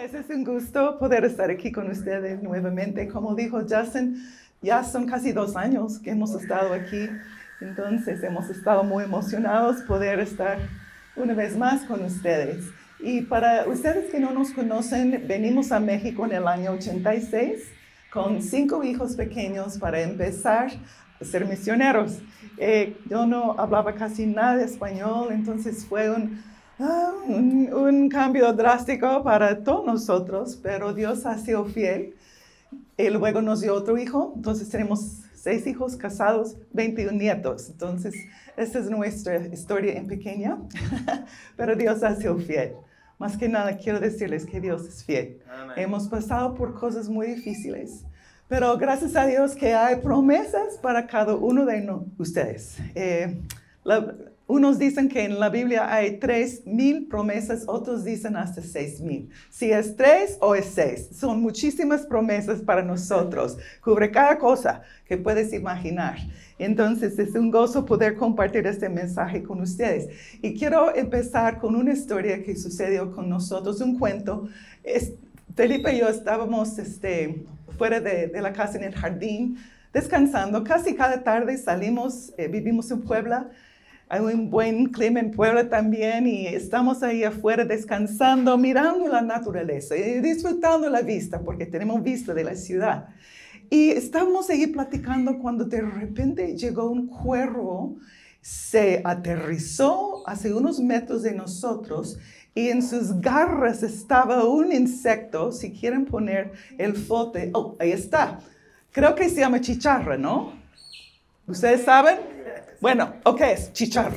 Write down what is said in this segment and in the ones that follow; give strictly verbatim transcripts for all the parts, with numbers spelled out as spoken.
Pues es un gusto poder estar aquí con ustedes nuevamente. Como dijo Justin, ya son casi dos años que hemos estado aquí. Entonces hemos estado muy emocionados poder estar una vez más con ustedes. Y para ustedes que no nos conocen, venimos a México en el año ochenta y seis con cinco hijos pequeños para empezar a ser misioneros. Eh, yo no hablaba casi nada de español, entonces fue un... Ah, un, un cambio drástico para todos nosotros, pero Dios ha sido fiel. Y luego nos dio otro hijo, entonces tenemos seis hijos casados, veintiún nietos. Entonces, esta es nuestra historia en pequeña, pero Dios ha sido fiel. Más que nada, quiero decirles que Dios es fiel. Amén. Hemos pasado por cosas muy difíciles, pero gracias a Dios que hay promesas para cada uno de no, ustedes. Eh, la, Unos dicen que en la Biblia hay tres mil promesas, otros dicen hasta seis mil. Si es tres o es seis, son muchísimas promesas para nosotros. Cubre cada cosa que puedes imaginar. Entonces es un gozo poder compartir este mensaje con ustedes. Y quiero empezar con una historia que sucedió con nosotros, un cuento. Es, Felipe y yo estábamos este, fuera de, de la casa en el jardín, descansando. Casi cada tarde salimos, eh, vivimos en Puebla. Hay un buen clima en Puebla también y estamos ahí afuera descansando, mirando la naturaleza y disfrutando la vista porque tenemos vista de la ciudad. Y estábamos ahí platicando cuando de repente llegó un cuervo, se aterrizó hace unos metros de nosotros y en sus garras estaba un insecto, si quieren poner el foto, oh, ahí está. Creo que se llama chicharra, ¿no? ¿Ustedes saben? Bueno, ok, es chicharra.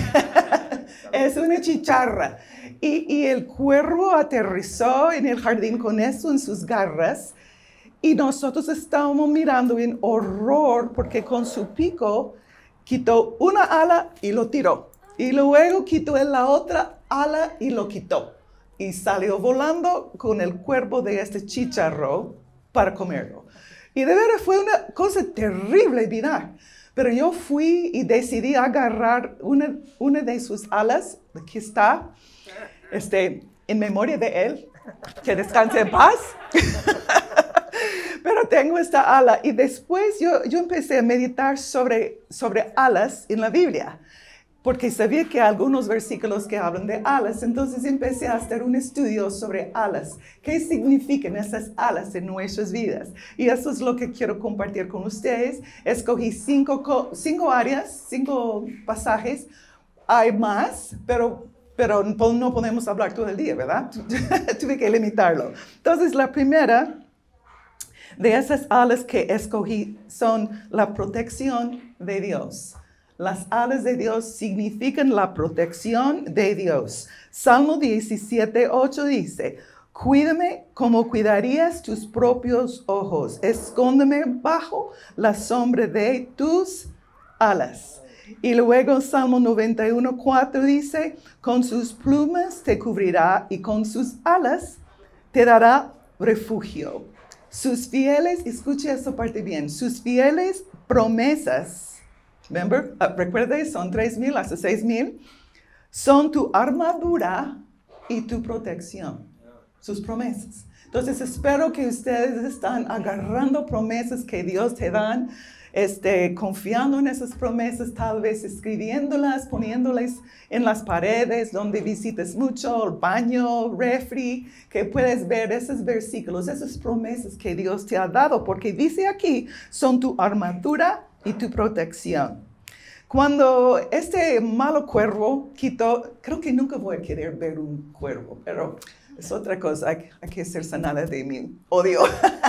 Es una chicharra. Y, y el cuervo aterrizó en el jardín con eso en sus garras. Y nosotros estábamos mirando en horror porque con su pico quitó una ala y lo tiró. Y luego quitó la otra ala y lo quitó. Y salió volando con el cuervo de este chicharro para comerlo. Y de verdad fue una cosa terrible mirar. Pero yo fui y decidí agarrar una, una de sus alas, aquí está, este, en memoria de él, que descanse en paz. Pero tengo esta ala y después yo, yo empecé a meditar sobre, sobre alas en la Biblia, porque sabía que hay algunos versículos que hablan de alas, entonces empecé a hacer un estudio sobre alas. ¿Qué significan esas alas en nuestras vidas? Y eso es lo que quiero compartir con ustedes. Escogí cinco, cinco áreas, cinco pasajes. Hay más, pero, pero no podemos hablar todo el día, ¿verdad? Tuve que limitarlo. Entonces, la primera de esas alas que escogí son la protección de Dios. Las alas de Dios significan la protección de Dios. Salmo diecisiete, ocho dice, cuídame como cuidarías tus propios ojos. Escóndeme bajo la sombra de tus alas. Y luego Salmo noventa y uno, cuatro dice, con sus plumas te cubrirá y con sus alas te dará refugio. Sus fieles, escuche esa parte bien, sus fieles promesas, Remember, uh, recuerde, son tres mil hasta seis mil. Son tu armadura y tu protección. Sus promesas. Entonces, espero que ustedes están agarrando promesas que Dios te dan, este, confiando en esas promesas, tal vez escribiéndolas, poniéndolas en las paredes donde visites mucho, el baño, refri, que puedes ver esos versículos, esas promesas que Dios te ha dado, porque dice aquí, son tu armadura y tu protección. Cuando este malo cuervo quitó, creo que nunca voy a querer ver un cuervo, pero es otra cosa, hay, hay que ser sanada de mi odio.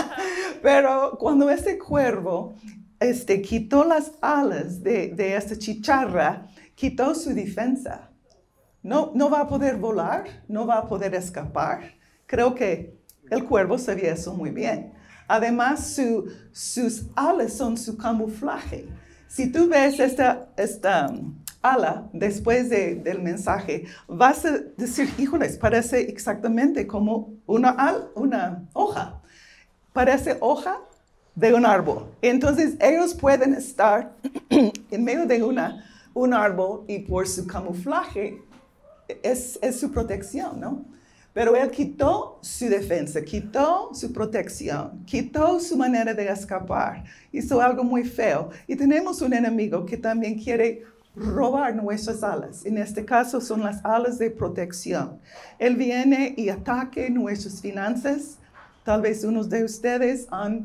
Pero cuando este cuervo este, quitó las alas de, de esta chicharra, quitó su defensa. No, no va a poder volar, no va a poder escapar. Creo que el cuervo sabía eso muy bien. Además, su, sus alas son su camuflaje. Si tú ves esta, esta um, ala después de, del mensaje, vas a decir, híjoles, parece exactamente como una, al, una hoja. Parece hoja de un árbol. Entonces, ellos pueden estar en medio de una, un árbol y por su camuflaje es, es su protección, ¿no? Pero él quitó su defensa, quitó su protección, quitó su manera de escapar. Hizo algo muy feo. Y tenemos un enemigo que también quiere robar nuestras alas. En este caso son las alas de protección. Él viene y ataca nuestras finanzas. Tal vez unos de ustedes han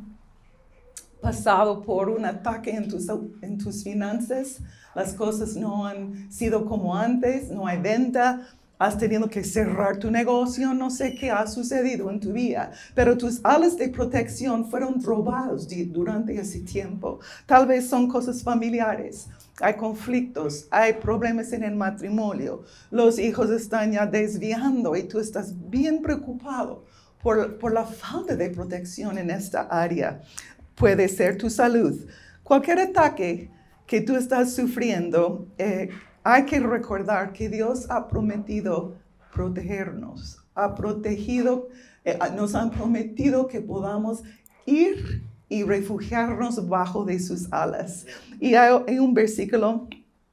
pasado por un ataque en tus, en tus finanzas. Las cosas no han sido como antes, no hay venta. Has tenido que cerrar tu negocio, no sé qué ha sucedido en tu vida, pero tus alas de protección fueron robadas durante ese tiempo. Tal vez son cosas familiares, hay conflictos, hay problemas en el matrimonio, los hijos están ya desviando y tú estás bien preocupado por, por la falta de protección en esta área. Puede ser tu salud. Cualquier ataque que tú estás sufriendo, eh, hay que recordar que Dios ha prometido protegernos, ha protegido, eh, nos han prometido que podamos ir y refugiarnos bajo de sus alas. Y hay, hay un versículo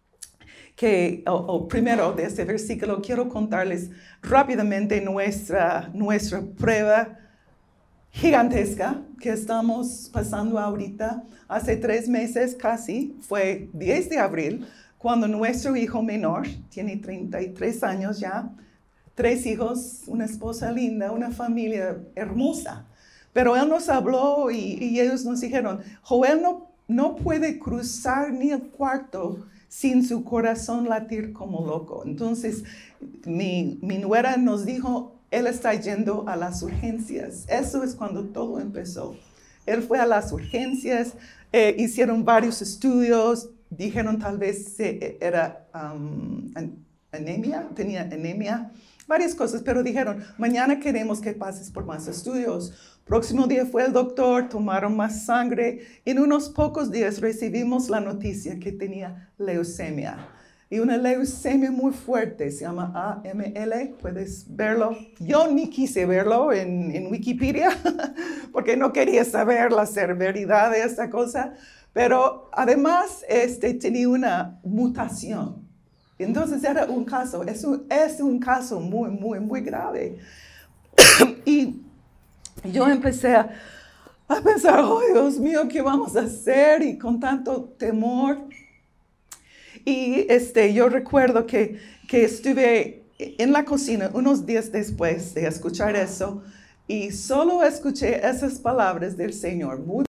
que, o, o primero de este versículo, quiero contarles rápidamente nuestra, nuestra prueba gigantesca que estamos pasando ahorita. Hace tres meses casi, fue diez de abril, cuando nuestro hijo menor, tiene treinta y tres años ya, tres hijos, una esposa linda, una familia hermosa. Pero él nos habló y, y ellos nos dijeron, Joel no, no puede cruzar ni el cuarto sin su corazón latir como loco. Entonces, mi, mi nuera nos dijo, él está yendo a las urgencias. Eso es cuando todo empezó. Él fue a las urgencias, eh, hicieron varios estudios, dijeron tal vez eh, era um, anemia, tenía anemia, varias cosas, pero dijeron, mañana queremos que pases por más estudios. Próximo día fue el doctor, tomaron más sangre. En unos pocos días recibimos la noticia que tenía leucemia. Y una leucemia muy fuerte, se llama A M L, puedes verlo. Yo ni quise verlo en, en Wikipedia, porque no quería saber la severidad de esta cosa. Pero además este, tenía una mutación. Entonces era un caso, es un, es un caso muy, muy, muy grave. Y yo empecé a, a pensar, oh Dios mío, ¿qué vamos a hacer? Y con tanto temor. Y este, yo recuerdo que, que estuve en la cocina unos días después de escuchar eso y solo escuché esas palabras del Señor. Muy